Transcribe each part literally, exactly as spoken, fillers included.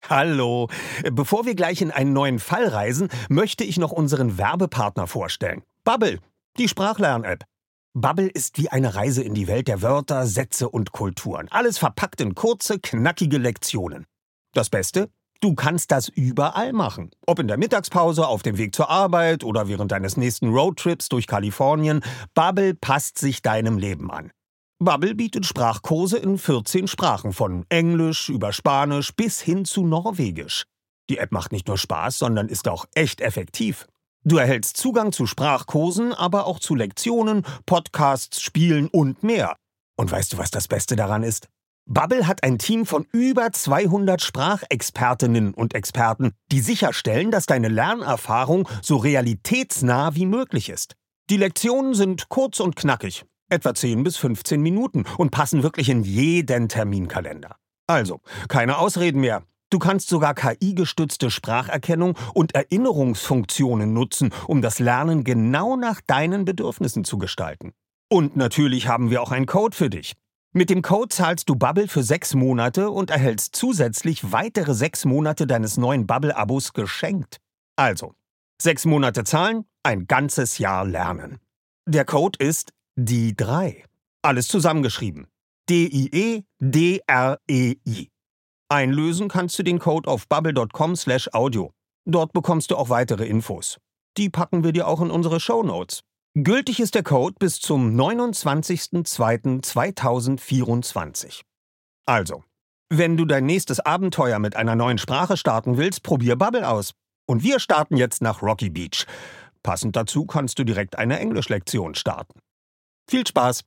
Hallo. Bevor wir gleich in einen neuen Fall reisen, möchte ich noch unseren Werbepartner vorstellen. Babbel, die Sprachlern-App. Babbel ist wie eine Reise in die Welt der Wörter, Sätze und Kulturen. Alles verpackt in kurze, knackige Lektionen. Das Beste? Du kannst das überall machen. Ob in der Mittagspause, auf dem Weg zur Arbeit oder während deines nächsten Roadtrips durch Kalifornien. Babbel passt sich deinem Leben an. Babbel bietet Sprachkurse in vierzehn Sprachen, von Englisch über Spanisch bis hin zu Norwegisch. Die App macht nicht nur Spaß, sondern ist auch echt effektiv. Du erhältst Zugang zu Sprachkursen, aber auch zu Lektionen, Podcasts, Spielen und mehr. Und weißt du, was das Beste daran ist? Babbel hat ein Team von über zweihundert Sprachexpertinnen und Experten, die sicherstellen, dass deine Lernerfahrung so realitätsnah wie möglich ist. Die Lektionen sind kurz und knackig, etwa zehn bis fünfzehn Minuten und passen wirklich in jeden Terminkalender. Also, keine Ausreden mehr. Du kannst sogar K I-gestützte Spracherkennung und Erinnerungsfunktionen nutzen, um das Lernen genau nach deinen Bedürfnissen zu gestalten. Und natürlich haben wir auch einen Code für dich. Mit dem Code zahlst du Babbel für sechs Monate und erhältst zusätzlich weitere sechs Monate deines neuen Babbel-Abos geschenkt. Also, sechs Monate zahlen, ein ganzes Jahr lernen. Der Code ist die drei. Alles zusammengeschrieben. D I E D R E I. Einlösen kannst du den Code auf babbel punkt com slash audio. Dort bekommst du auch weitere Infos. Die packen wir dir auch in unsere Shownotes. Gültig ist der Code bis zum neunundzwanzigsten zweiten zweitausendvierundzwanzig. Also, wenn du dein nächstes Abenteuer mit einer neuen Sprache starten willst, probier Babbel aus. Und wir starten jetzt nach Rocky Beach. Passend dazu kannst du direkt eine Englischlektion starten. Viel Spaß!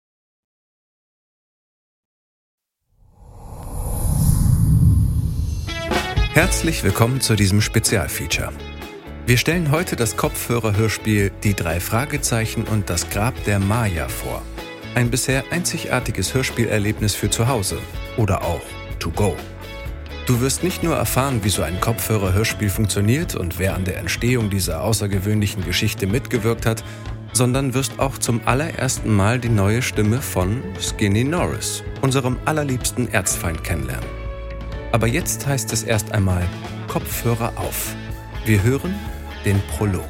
Herzlich willkommen zu diesem Spezialfeature. Wir stellen heute das Kopfhörerhörspiel Die drei Fragezeichen und das Grab der Maya vor. Ein bisher einzigartiges Hörspielerlebnis für zu Hause oder auch to go. Du wirst nicht nur erfahren, wie so ein Kopfhörerhörspiel funktioniert und wer an der Entstehung dieser außergewöhnlichen Geschichte mitgewirkt hat, sondern wirst auch zum allerersten Mal die neue Stimme von Skinny Norris, unserem allerliebsten Erzfeind, kennenlernen. Aber jetzt heißt es erst einmal Kopfhörer auf. Wir hören den Prolog.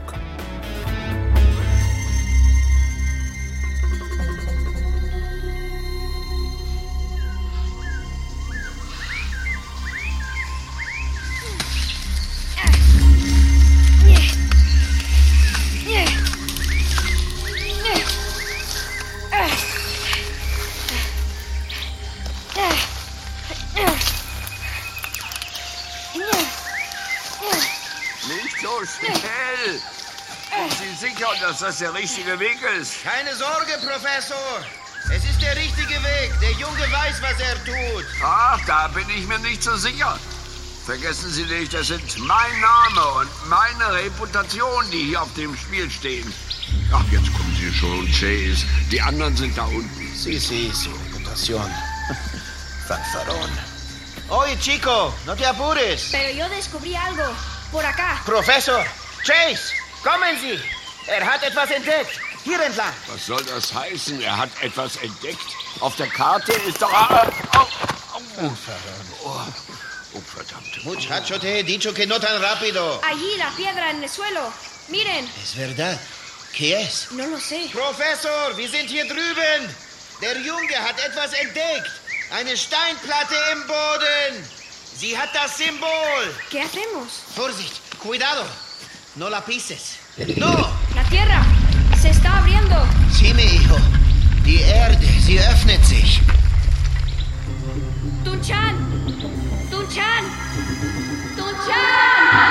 Schnell! Sind Sie sicher, dass das der richtige Weg ist? Keine Sorge, Professor. Es ist der richtige Weg. Der Junge weiß, was er tut. Ach, da bin ich mir nicht so sicher. Vergessen Sie nicht, das sind mein Name und meine Reputation, die hier auf dem Spiel stehen. Ach, jetzt kommen Sie schon, Chase. Die anderen sind da unten. Sí, sí, su reputación. Fanfarón. Oye, chico, no te apures. Pero yo descubrí algo. Por acá. Professor, Chase, kommen Sie. Er hat etwas entdeckt. Hier entlang. Was soll das heißen? Er hat etwas entdeckt? Auf der Karte ist doch... Ah, oh, oh, oh, oh, verdammt. Muchacho, te he dicho que no tan rápido. Allí, la piedra en el suelo. Miren. Es verdad. ¿Qué es? No lo sé. Professor, wir sind hier drüben. Der Junge hat etwas entdeckt. Eine Steinplatte im Boden. Sie hat das Symbol. ¿Qué hacemos? Vorsicht, cuidado. No la pises. No. La tierra se está abriendo. Sí, mi hijo. Die Erde, sie öffnet sich. Tun-chan. Tun-chan. Tun-chan.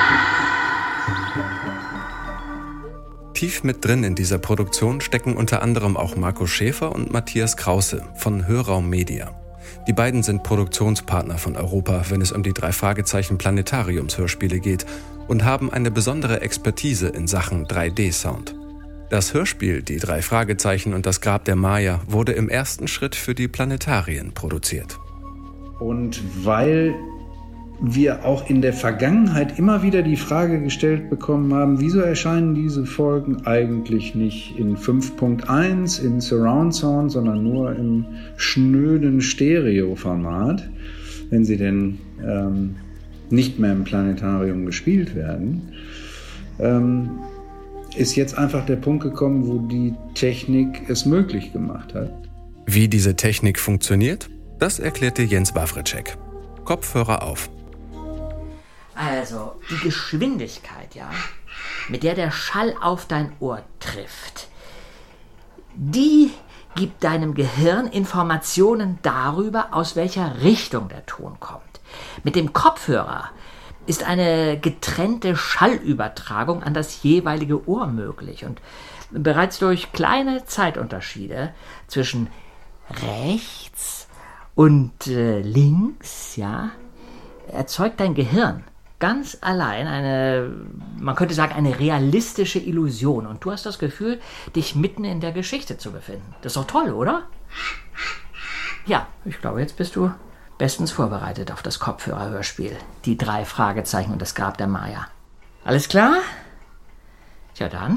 Tief mit drin in dieser Produktion stecken unter anderem auch Marco Schäfer und Matthias Krause von Hörraum Media. Die beiden sind Produktionspartner von Europa, wenn es um die drei Fragezeichen Planetariums-Hörspiele geht und haben eine besondere Expertise in Sachen drei D-Sound. Das Hörspiel Die drei Fragezeichen und das Grab der Maya wurde im ersten Schritt für die Planetarien produziert. Und weil wir auch in der Vergangenheit immer wieder die Frage gestellt bekommen haben, wieso erscheinen diese Folgen eigentlich nicht in fünf Punkt eins in Surround Sound, sondern nur im schnöden Stereo-Format, wenn sie denn ähm, nicht mehr im Planetarium gespielt werden, ähm, ist jetzt einfach der Punkt gekommen, wo die Technik es möglich gemacht hat. Wie diese Technik funktioniert, das erklärte Jens Wawrczeck. Kopfhörer auf. Also, die Geschwindigkeit, ja, mit der der Schall auf dein Ohr trifft, die gibt deinem Gehirn Informationen darüber, aus welcher Richtung der Ton kommt. Mit dem Kopfhörer ist eine getrennte Schallübertragung an das jeweilige Ohr möglich. Und bereits durch kleine Zeitunterschiede zwischen rechts und äh, links, ja, erzeugt dein Gehirn ganz allein eine, man könnte sagen, eine realistische Illusion. Und du hast das Gefühl, dich mitten in der Geschichte zu befinden. Das ist doch toll, oder? Ja, ich glaube, jetzt bist du bestens vorbereitet auf das Kopfhörerhörspiel. Die drei Fragezeichen und das Grab der Maya. Alles klar? Tja dann.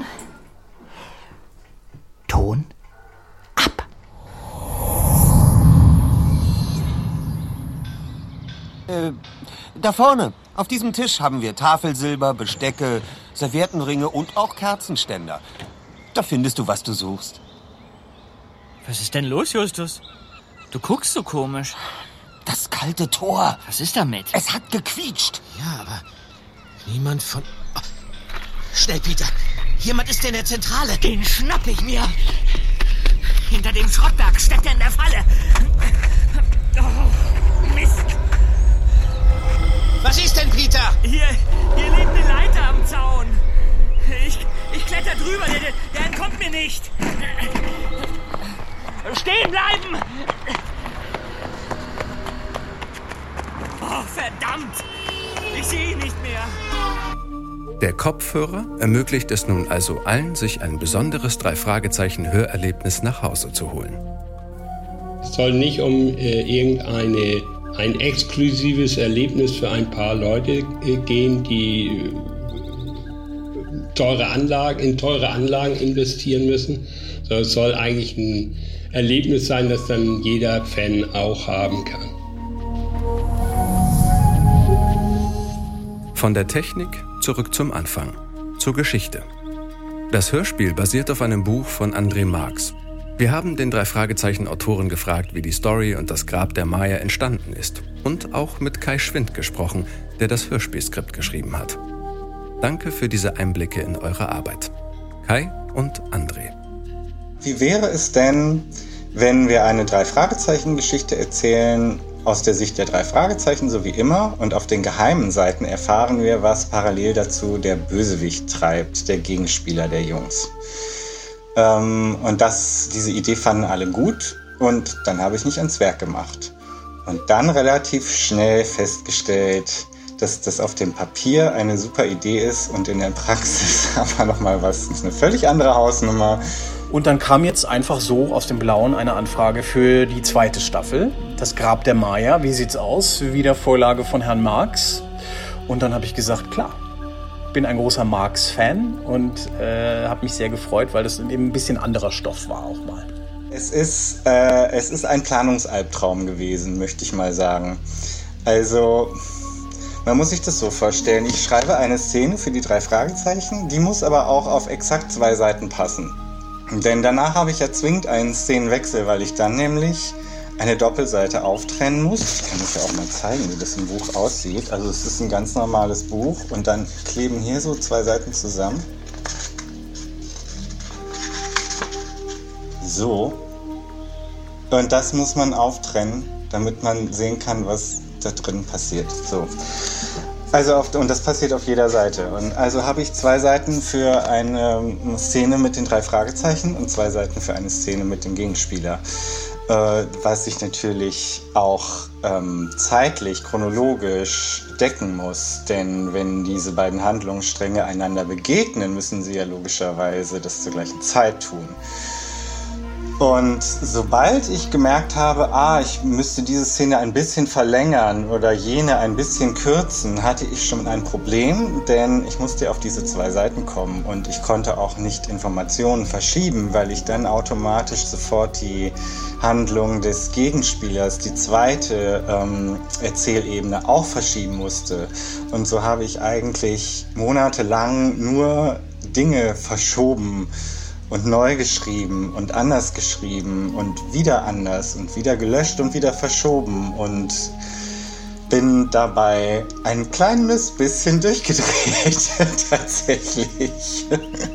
Ton ab. Äh, da vorne, auf diesem Tisch haben wir Tafelsilber, Bestecke, Serviettenringe und auch Kerzenständer. Da findest du, was du suchst. Was ist denn los, Justus? Du guckst so komisch. Das kalte Tor. Was ist damit? Es hat gequietscht. Ja, aber niemand von... Oh. Schnell, Peter. Jemand ist in der Zentrale. Den schnapp ich mir. Hinter dem Schrottberg steckt er in der Falle. Oh, Mist. Was ist denn, Peter? Hier, hier liegt eine Leiter am Zaun. Ich, ich kletter drüber, der, der entkommt mir nicht. Stehen bleiben! Oh, verdammt! Ich sehe ihn nicht mehr. Der Kopfhörer ermöglicht es nun also allen, sich ein besonderes Drei-Fragezeichen-Hörerlebnis nach Hause zu holen. Es soll nicht um äh, irgendeine ein exklusives Erlebnis für ein paar Leute äh, gehen, die äh, teure Anlagen, in teure Anlagen investieren müssen, sondern es soll eigentlich ein Erlebnis sein, das dann jeder Fan auch haben kann. Von der Technik zurück zum Anfang, zur Geschichte. Das Hörspiel basiert auf einem Buch von André Marx. Wir haben den Drei-Fragezeichen-Autoren gefragt, wie die Story und das Grab der Maya entstanden ist. Und auch mit Kai Schwind gesprochen, der das Hörspielskript geschrieben hat. Danke für diese Einblicke in eure Arbeit. Kai und André. Wie wäre es denn, wenn wir eine Drei-Fragezeichen-Geschichte erzählen, aus der Sicht der drei Fragezeichen, so wie immer, und auf den geheimen Seiten erfahren wir, was parallel dazu der Bösewicht treibt, der Gegenspieler der Jungs. Ähm, und das, diese Idee fanden alle gut und dann habe ich mich ans Werk gemacht. Und dann relativ schnell festgestellt, dass das auf dem Papier eine super Idee ist und in der Praxis aber nochmal was, eine völlig andere Hausnummer. Und dann kam jetzt einfach so aus dem Blauen eine Anfrage für die zweite Staffel. Das Grab der Maya, wie sieht's aus? Wieder Vorlage von Herrn Marx. Und dann habe ich gesagt, klar, bin ein großer Marx-Fan und äh, habe mich sehr gefreut, weil das eben ein bisschen anderer Stoff war auch mal. Es ist, äh, es ist ein Planungsalbtraum gewesen, möchte ich mal sagen. Also, man muss sich das so vorstellen. Ich schreibe eine Szene für die drei Fragezeichen, die muss aber auch auf exakt zwei Seiten passen. Denn danach habe ich ja zwingend einen Szenenwechsel, weil ich dann nämlich eine Doppelseite auftrennen muss. Ich kann euch ja auch mal zeigen, wie das im Buch aussieht. Also es ist ein ganz normales Buch und dann kleben hier so zwei Seiten zusammen. So. Und das muss man auftrennen, damit man sehen kann, was da drin passiert. So. Also auf, und das passiert auf jeder Seite. Und also habe ich zwei Seiten für eine Szene mit den drei Fragezeichen und zwei Seiten für eine Szene mit dem Gegenspieler. Äh, was sich natürlich auch ähm, zeitlich, chronologisch decken muss. Denn wenn diese beiden Handlungsstränge einander begegnen, müssen sie ja logischerweise das zur gleichen Zeit tun. Und sobald ich gemerkt habe, ah, ich müsste diese Szene ein bisschen verlängern oder jene ein bisschen kürzen, hatte ich schon ein Problem, denn ich musste auf diese zwei Seiten kommen und ich konnte auch nicht Informationen verschieben, weil ich dann automatisch sofort die Handlung des Gegenspielers, die zweite ähm, Erzählebene, auch verschieben musste. Und so habe ich eigentlich monatelang nur Dinge verschoben und neu geschrieben und anders geschrieben und wieder anders und wieder gelöscht und wieder verschoben und bin dabei ein kleines bisschen durchgedreht, tatsächlich.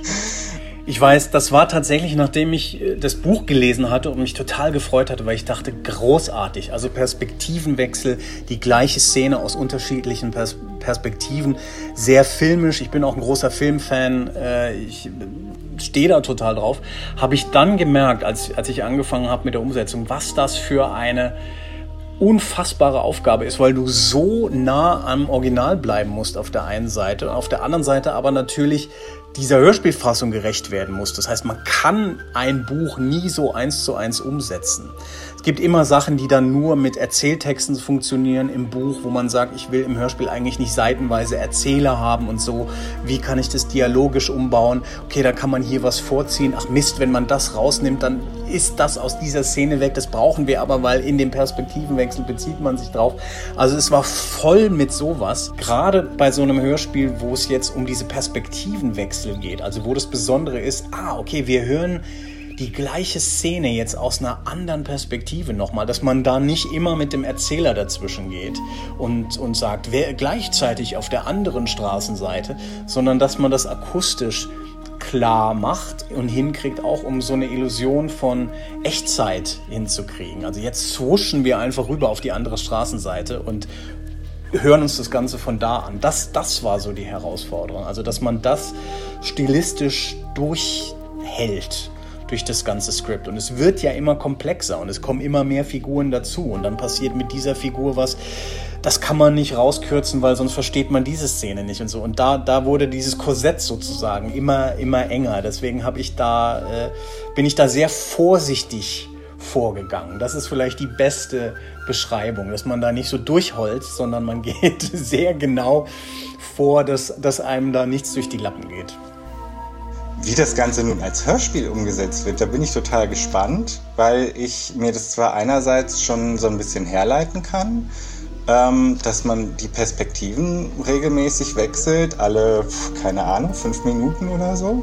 Ich weiß, das war tatsächlich, nachdem ich das Buch gelesen hatte und mich total gefreut hatte, weil ich dachte, großartig. Also Perspektivenwechsel, die gleiche Szene aus unterschiedlichen Pers- Perspektiven, sehr filmisch. Ich bin auch ein großer Filmfan. Ich stehe da total drauf. Habe ich dann gemerkt, als, als ich angefangen habe mit der Umsetzung, was das für eine unfassbare Aufgabe ist, weil du so nah am Original bleiben musst auf der einen Seite, auf der anderen Seite aber natürlich dieser Hörspielfassung gerecht werden muss. Das heißt, man kann ein Buch nie so eins zu eins umsetzen. Es gibt immer Sachen, die dann nur mit Erzähltexten funktionieren im Buch, wo man sagt, ich will im Hörspiel eigentlich nicht seitenweise Erzähler haben und so. Wie kann ich das dialogisch umbauen? Okay, da kann man hier was vorziehen. Ach Mist, wenn man das rausnimmt, dann ist das aus dieser Szene weg. Das brauchen wir aber, weil in dem Perspektivenwechsel bezieht man sich drauf. Also es war voll mit sowas. Gerade bei so einem Hörspiel, wo es jetzt um diese Perspektivenwechsel geht. Also wo das Besondere ist, ah, okay, wir hören die gleiche Szene jetzt aus einer anderen Perspektive nochmal, dass man da nicht immer mit dem Erzähler dazwischen geht und, und sagt, wer gleichzeitig auf der anderen Straßenseite, sondern dass man das akustisch klar macht und hinkriegt, auch um so eine Illusion von Echtzeit hinzukriegen. Also jetzt swooschen wir einfach rüber auf die andere Straßenseite und hören uns das Ganze von da an. Das, das war so die Herausforderung. Also dass man das stilistisch durchhält durch das ganze Skript. Und es wird ja immer komplexer und es kommen immer mehr Figuren dazu. Und dann passiert mit dieser Figur was, das kann man nicht rauskürzen, weil sonst versteht man diese Szene nicht und so. Und da, da wurde dieses Korsett sozusagen immer, immer enger. Deswegen habe ich da, äh, bin ich da sehr vorsichtig vorgegangen. Das ist vielleicht die beste Beschreibung, dass man da nicht so durchholzt, sondern man geht sehr genau vor, dass, dass einem da nichts durch die Lappen geht. Wie das Ganze nun als Hörspiel umgesetzt wird, da bin ich total gespannt, weil ich mir das zwar einerseits schon so ein bisschen herleiten kann, ähm, dass man die Perspektiven regelmäßig wechselt, alle, keine Ahnung, fünf Minuten oder so.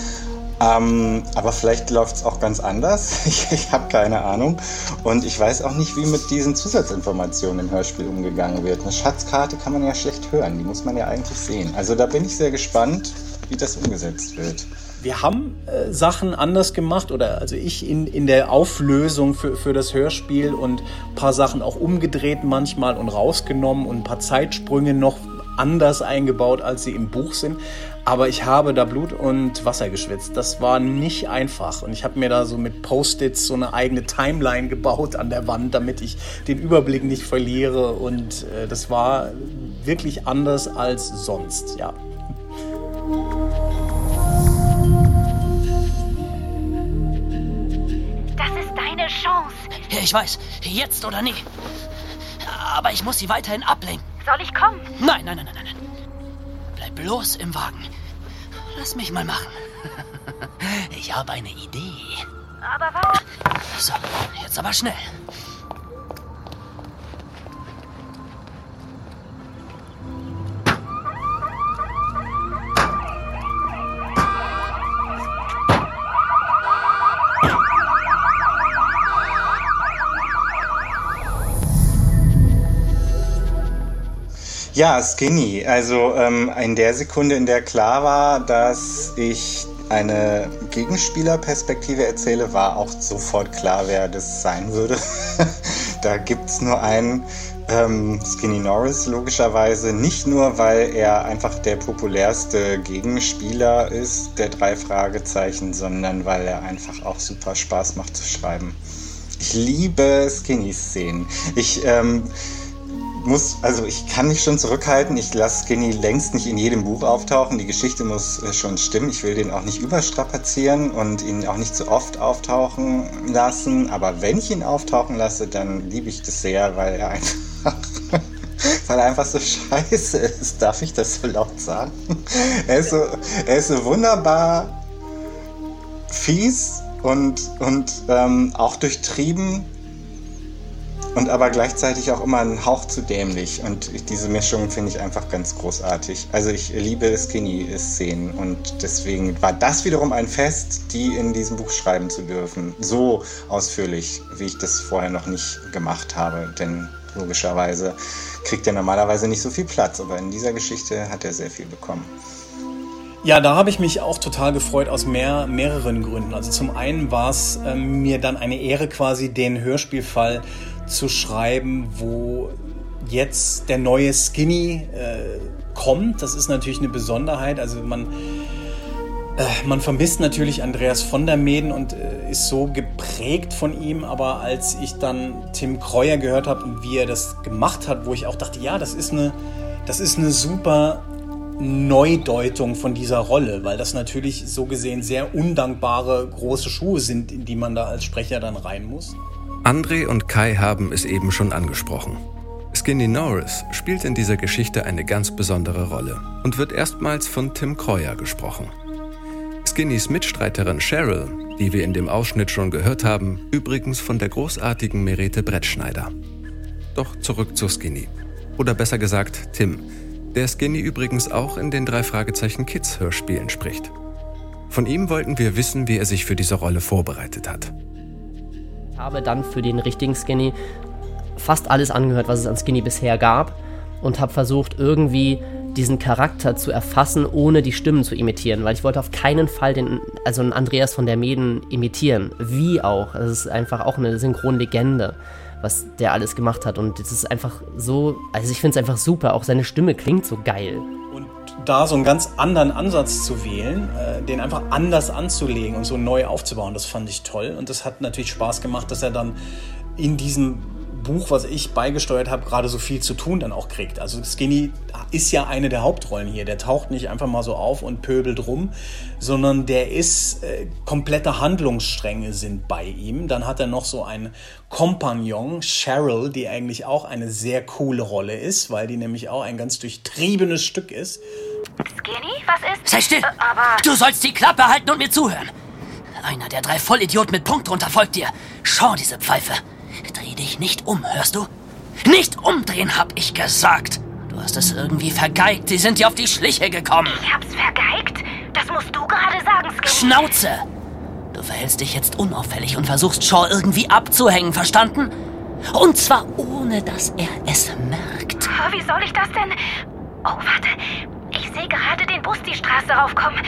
Ähm, aber vielleicht läuft es auch ganz anders. Ich, ich habe keine Ahnung. Und ich weiß auch nicht, wie mit diesen Zusatzinformationen im Hörspiel umgegangen wird. Eine Schatzkarte kann man ja schlecht hören, die muss man ja eigentlich sehen. Also da bin ich sehr gespannt, wie das umgesetzt wird. Wir haben äh, Sachen anders gemacht, oder also ich in, in der Auflösung für, für das Hörspiel und ein paar Sachen auch umgedreht manchmal und rausgenommen und ein paar Zeitsprünge noch anders eingebaut, als sie im Buch sind. Aber ich habe da Blut und Wasser geschwitzt. Das war nicht einfach. Und ich habe mir da so mit Post-its so eine eigene Timeline gebaut an der Wand, damit ich den Überblick nicht verliere. Und äh, das war wirklich anders als sonst, ja. Das ist deine Chance. Ja, ich weiß. Jetzt oder nie. Aber ich muss sie weiterhin ablenken. Soll ich kommen? Nein, nein, nein, nein, nein. Bleib bloß im Wagen. Lass mich mal machen. Ich habe eine Idee. Aber was? So, jetzt aber schnell. Ja, Skinny. Also ähm, in der Sekunde, in der klar war, dass ich eine Gegenspielerperspektive erzähle, war auch sofort klar, wer das sein würde. Da gibt's nur einen, ähm, Skinny Norris logischerweise. Nicht nur, weil er einfach der populärste Gegenspieler ist, der drei Fragezeichen, sondern weil er einfach auch super Spaß macht zu schreiben. Ich liebe Skinny-Szenen. Ich, ähm, muss, also ich kann mich schon zurückhalten. Ich lasse Skinny längst nicht in jedem Buch auftauchen. Die Geschichte muss schon stimmen. Ich will den auch nicht überstrapazieren und ihn auch nicht zu oft auftauchen lassen. Aber wenn ich ihn auftauchen lasse, dann liebe ich das sehr, weil er einfach, weil er einfach so scheiße ist. Darf ich das so laut sagen? Er ist so, er ist so wunderbar fies und, und ähm, auch durchtrieben. Und aber gleichzeitig auch immer einen Hauch zu dämlich. Und diese Mischung finde ich einfach ganz großartig. Also ich liebe Skinny-Szenen und deswegen war das wiederum ein Fest, die in diesem Buch schreiben zu dürfen. So ausführlich, wie ich das vorher noch nicht gemacht habe. Denn logischerweise kriegt er normalerweise nicht so viel Platz. Aber in dieser Geschichte hat er sehr viel bekommen. Ja, da habe ich mich auch total gefreut aus mehr, mehreren Gründen. Also zum einen war es äh, mir dann eine Ehre, quasi den Hörspielfall zu schreiben, wo jetzt der neue Skinny äh, kommt. Das ist natürlich eine Besonderheit. Also man, äh, man vermisst natürlich Andreas von der Meeden und äh, ist so geprägt von ihm. Aber als ich dann Tim Kreuer gehört habe und wie er das gemacht hat, wo ich auch dachte, ja, das ist eine, das ist eine super Neudeutung von dieser Rolle, weil das natürlich so gesehen sehr undankbare große Schuhe sind, in die man da als Sprecher dann rein muss. André und Kai haben es eben schon angesprochen. Skinny Norris spielt in dieser Geschichte eine ganz besondere Rolle und wird erstmals von Tim Kreuer gesprochen. Skinnys Mitstreiterin Cheryl, die wir in dem Ausschnitt schon gehört haben, übrigens von der großartigen Merete Brettschneider. Doch zurück zu Skinny. Oder besser gesagt Tim, der Skinny übrigens auch in den drei Fragezeichen Kids Hörspielen spricht. Von ihm wollten wir wissen, wie er sich für diese Rolle vorbereitet hat. Ich habe dann für den richtigen Skinny fast alles angehört, was es an Skinny bisher gab und habe versucht, irgendwie diesen Charakter zu erfassen, ohne die Stimmen zu imitieren, weil ich wollte auf keinen Fall den, also einen Andreas von der Meeden imitieren, wie auch. Das ist einfach auch eine Synchronlegende, was der alles gemacht hat und es ist einfach so, also ich finde es einfach super, auch seine Stimme klingt so geil. Da so einen ganz anderen Ansatz zu wählen, äh, den einfach anders anzulegen und so neu aufzubauen, das fand ich toll. Und das hat natürlich Spaß gemacht, dass er dann in diesem Buch, was ich beigesteuert habe, gerade so viel zu tun dann auch kriegt. Also Skinny ist ja eine der Hauptrollen hier. Der taucht nicht einfach mal so auf und pöbelt rum, sondern der ist, äh, komplette Handlungsstränge sind bei ihm. Dann hat er noch so einen Kompagnon, Cheryl, die eigentlich auch eine sehr coole Rolle ist, weil die nämlich auch ein ganz durchtriebenes Stück ist. Skinny, was ist... Sei still! Äh, aber... Du sollst die Klappe halten und mir zuhören. Einer der drei Vollidioten mit Punkt drunter folgt dir. Schau diese Pfeife. Dreh dich nicht um, hörst du? Nicht umdrehen, hab ich gesagt. Du hast es irgendwie vergeigt. Sie sind dir auf die Schliche gekommen. Ich hab's vergeigt? Das musst du gerade sagen, Skinny. Schnauze! Du verhältst dich jetzt unauffällig und versuchst Shaw irgendwie abzuhängen, verstanden? Und zwar ohne, dass er es merkt. Wie soll ich das denn... Oh, warte. Ich sehe gerade den Bus die Straße raufkommen.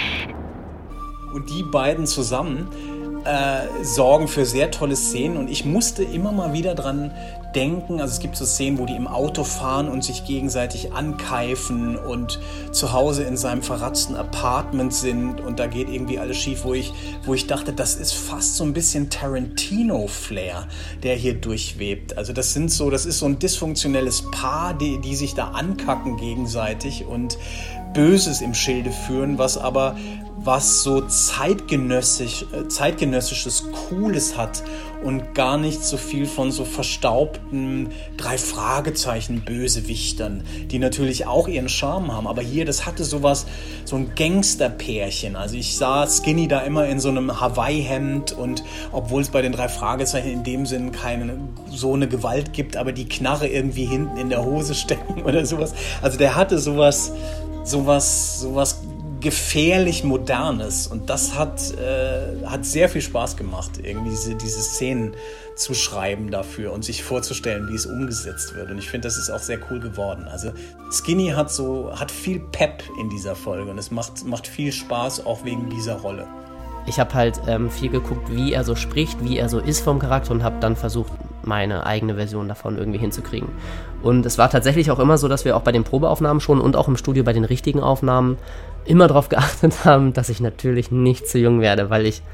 Und die beiden zusammen äh, sorgen für sehr tolle Szenen. Und ich musste immer mal wieder dran denken. Also es gibt so Szenen, wo die im Auto fahren und sich gegenseitig ankeifen und zu Hause in seinem verratzten Apartment sind. Und da geht irgendwie alles schief, wo ich, wo ich dachte, das ist fast so ein bisschen Tarantino-Flair, der hier durchwebt. Also das sind so, das ist so ein dysfunktionelles Paar, die, die sich da ankacken gegenseitig und Böses im Schilde führen, was aber was so zeitgenössisch, äh, zeitgenössisches Cooles hat und gar nicht so viel von so verstaubten drei Fragezeichen Bösewichtern, die natürlich auch ihren Charme haben, aber hier, das hatte sowas, so ein Gangsterpärchen. Also ich sah Skinny da immer in so einem Hawaii-Hemd und obwohl es bei den drei Fragezeichen in dem Sinn keine so eine Gewalt gibt, aber die Knarre irgendwie hinten in der Hose stecken oder sowas. Also der hatte sowas, sowas, sowas gefährlich Modernes und das hat, äh, hat sehr viel Spaß gemacht, irgendwie diese, diese Szenen zu schreiben dafür und sich vorzustellen, wie es umgesetzt wird und ich finde, das ist auch sehr cool geworden. Also Skinny hat so, hat viel Pep in dieser Folge und es macht, macht viel Spaß, auch wegen dieser Rolle. Ich habe halt ähm, viel geguckt, wie er so spricht, wie er so ist vom Charakter und habe dann versucht, meine eigene Version davon irgendwie hinzukriegen. Und es war tatsächlich auch immer so, dass wir auch bei den Probeaufnahmen schon und auch im Studio bei den richtigen Aufnahmen immer darauf geachtet haben, dass ich natürlich nicht zu jung werde, weil ich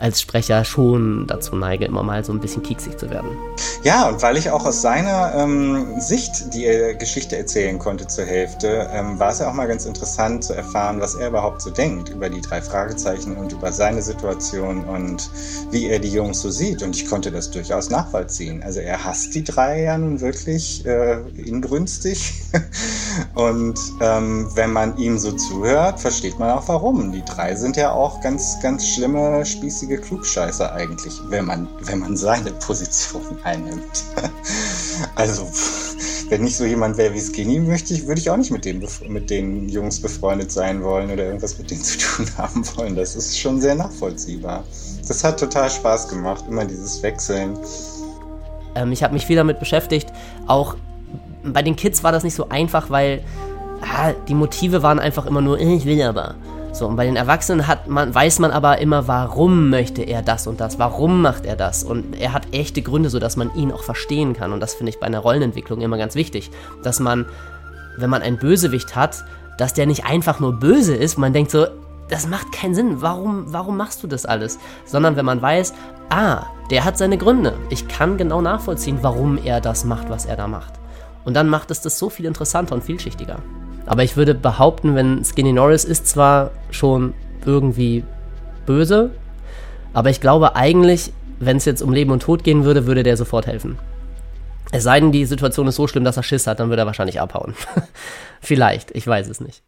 als Sprecher schon dazu neige, immer mal so ein bisschen kieksig zu werden. Ja, und weil ich auch aus seiner ähm, Sicht die äh, Geschichte erzählen konnte zur Hälfte, ähm, war es ja auch mal ganz interessant zu erfahren, was er überhaupt so denkt über die drei Fragezeichen und über seine Situation und wie er die Jungs so sieht. Und ich konnte das durchaus nachvollziehen. Also er hasst die drei ja nun wirklich äh, inbrünstig. Und ähm, wenn man ihm so zuhört, versteht man auch warum. Die drei sind ja auch ganz, ganz schlimme, spießige Klugscheißer eigentlich, wenn man, wenn man seine Position einnimmt. Also, wenn ich so jemand wäre wie Skinny, möchte ich, würde ich auch nicht mit, dem, mit den Jungs befreundet sein wollen oder irgendwas mit denen zu tun haben wollen. Das ist schon sehr nachvollziehbar. Das hat total Spaß gemacht, immer dieses Wechseln. Ähm, ich habe mich viel damit beschäftigt. Auch bei den Kids war das nicht so einfach, weil ah, die Motive waren einfach immer nur, ich will aber. So, und bei den Erwachsenen hat man, weiß man aber immer, warum möchte er das und das, warum macht er das. Und er hat echte Gründe, sodass man ihn auch verstehen kann. Und das finde ich bei einer Rollenentwicklung immer ganz wichtig. Dass man, wenn man einen Bösewicht hat, dass der nicht einfach nur böse ist, man denkt so, das macht keinen Sinn, warum, warum machst du das alles? Sondern wenn man weiß, ah, der hat seine Gründe. Ich kann genau nachvollziehen, warum er das macht, was er da macht. Und dann macht es das so viel interessanter und vielschichtiger. Aber ich würde behaupten, wenn Skinny Norris ist zwar schon irgendwie böse, aber ich glaube eigentlich, wenn es jetzt um Leben und Tod gehen würde, würde der sofort helfen. Es sei denn, die Situation ist so schlimm, dass er Schiss hat, dann würde er wahrscheinlich abhauen. Vielleicht, ich weiß es nicht.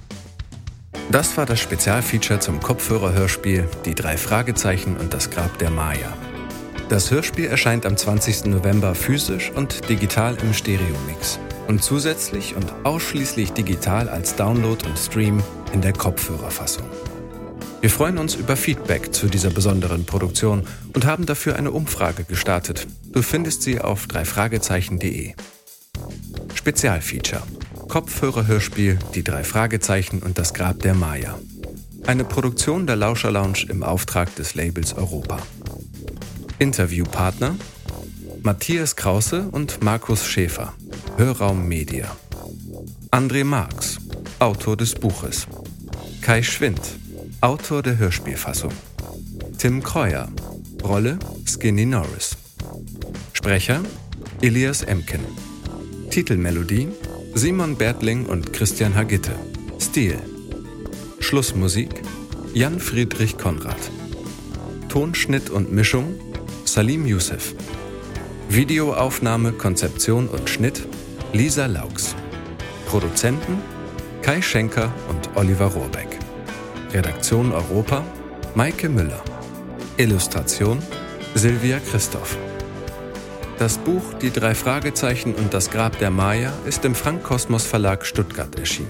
Das war das Spezialfeature zum Kopfhörerhörspiel Die drei Fragezeichen und das Grab der Maya. Das Hörspiel erscheint am zwanzigsten November physisch und digital im Stereo-Mix und zusätzlich und ausschließlich digital als Download und Stream in der Kopfhörerfassung. Wir freuen uns über Feedback zu dieser besonderen Produktion und haben dafür eine Umfrage gestartet. Du findest sie auf drei fragezeichen punkt de. Spezialfeature: Kopfhörerhörspiel Die drei Fragezeichen und das Grab der Maya. Eine Produktion der Lauscher Lounge im Auftrag des Labels Europa. Interviewpartner: Matthias Krause und Markus Schäfer, Hörraum Media. André Marx, Autor des Buches. Kai Schwind, Autor der Hörspielfassung. Tim Kreuer, Rolle Skinny Norris. Sprecher Elias Emken. Titelmelodie Simon Bertling und Christian Hagitte. Stil. Schlussmusik Jan Friedrich Konrad. Tonschnitt und Mischung Salim Youssef. Videoaufnahme, Konzeption und Schnitt Lisa Laux. Produzenten Kai Schenker und Oliver Rohrbeck. Redaktion Europa Maike Müller. Illustration Silvia Christoph. Das Buch Die drei Fragezeichen und das Grab der Maya ist im Frank Kosmos Verlag Stuttgart erschienen.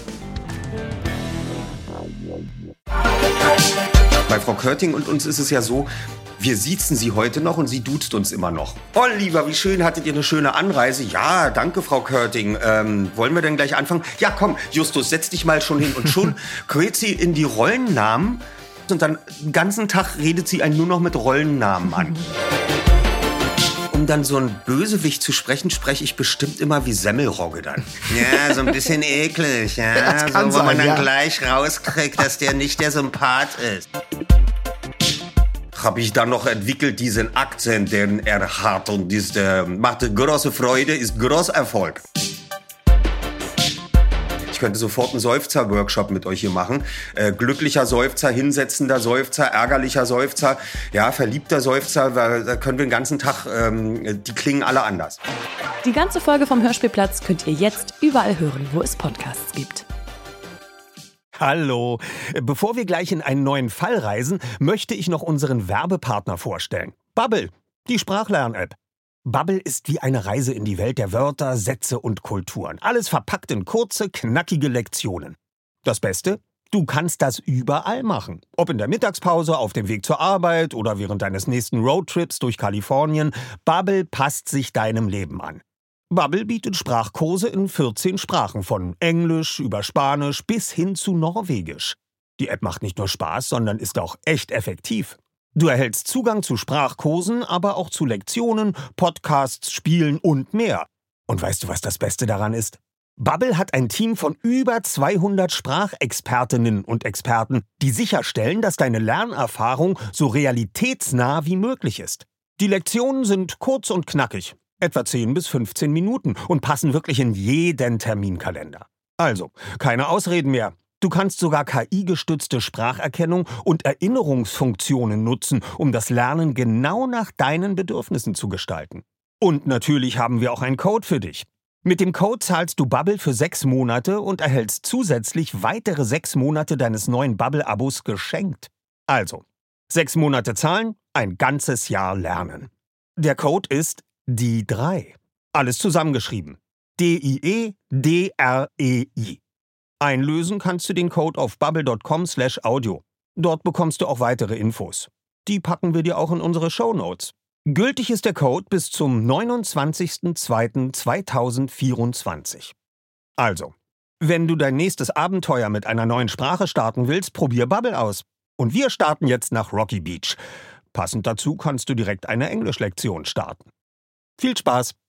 Bei Frau Körting und uns ist es ja so, wir siezen sie heute noch und sie duzt uns immer noch. Oliver, wie schön, hattet ihr eine schöne Anreise? Ja, danke, Frau Körting. Ähm, wollen wir denn gleich anfangen? Ja, komm, Justus, setz dich mal schon hin. Und schon quält sie in die Rollennamen und dann den ganzen Tag redet sie einen nur noch mit Rollennamen an. Um dann so einen Bösewicht zu sprechen, spreche ich bestimmt immer wie Semmelrogge dann. Ja, so ein bisschen eklig, ja. Das kann so, wo sein, man dann ja gleich rauskriegt, dass der nicht der Sympath ist. Habe ich dann noch entwickelt, diesen Akzent, den er hat. Und das äh, macht große Freude, ist großer Erfolg. Ich könnte sofort einen Seufzer-Workshop mit euch hier machen. Äh, glücklicher Seufzer, hinsetzender Seufzer, ärgerlicher Seufzer, ja, verliebter Seufzer. Weil, da können wir den ganzen Tag, ähm, die klingen alle anders. Die ganze Folge vom Hörspielplatz könnt ihr jetzt überall hören, wo es Podcasts gibt. Hallo. Bevor wir gleich in einen neuen Fall reisen, möchte ich noch unseren Werbepartner vorstellen. Babbel, die Sprachlern-App. Babbel ist wie eine Reise in die Welt der Wörter, Sätze und Kulturen. Alles verpackt in kurze, knackige Lektionen. Das Beste? Du kannst das überall machen. Ob in der Mittagspause, auf dem Weg zur Arbeit oder während deines nächsten Roadtrips durch Kalifornien. Babbel passt sich deinem Leben an. Babbel bietet Sprachkurse in vierzehn Sprachen, von Englisch über Spanisch bis hin zu Norwegisch. Die App macht nicht nur Spaß, sondern ist auch echt effektiv. Du erhältst Zugang zu Sprachkursen, aber auch zu Lektionen, Podcasts, Spielen und mehr. Und weißt du, was das Beste daran ist? Babbel hat ein Team von über zweihundert Sprachexpertinnen und Experten, die sicherstellen, dass deine Lernerfahrung so realitätsnah wie möglich ist. Die Lektionen sind kurz und knackig, etwa zehn bis fünfzehn Minuten und passen wirklich in jeden Terminkalender. Also, keine Ausreden mehr. Du kannst sogar K I-gestützte Spracherkennung und Erinnerungsfunktionen nutzen, um das Lernen genau nach deinen Bedürfnissen zu gestalten. Und natürlich haben wir auch einen Code für dich. Mit dem Code zahlst du Babbel für sechs Monate und erhältst zusätzlich weitere sechs Monate deines neuen Babbel-Abos geschenkt. Also, sechs Monate zahlen, ein ganzes Jahr lernen. Der Code ist die drei. Alles zusammengeschrieben. D I E D R E I. Einlösen kannst du den Code auf babbel punkt com slash audio. Dort bekommst du auch weitere Infos. Die packen wir dir auch in unsere Shownotes. Gültig ist der Code bis zum neunundzwanzigsten zweiten zweitausendvierundzwanzig. Also, wenn du dein nächstes Abenteuer mit einer neuen Sprache starten willst, probier Babbel aus. Und wir starten jetzt nach Rocky Beach. Passend dazu kannst du direkt eine Englischlektion starten. Viel Spaß!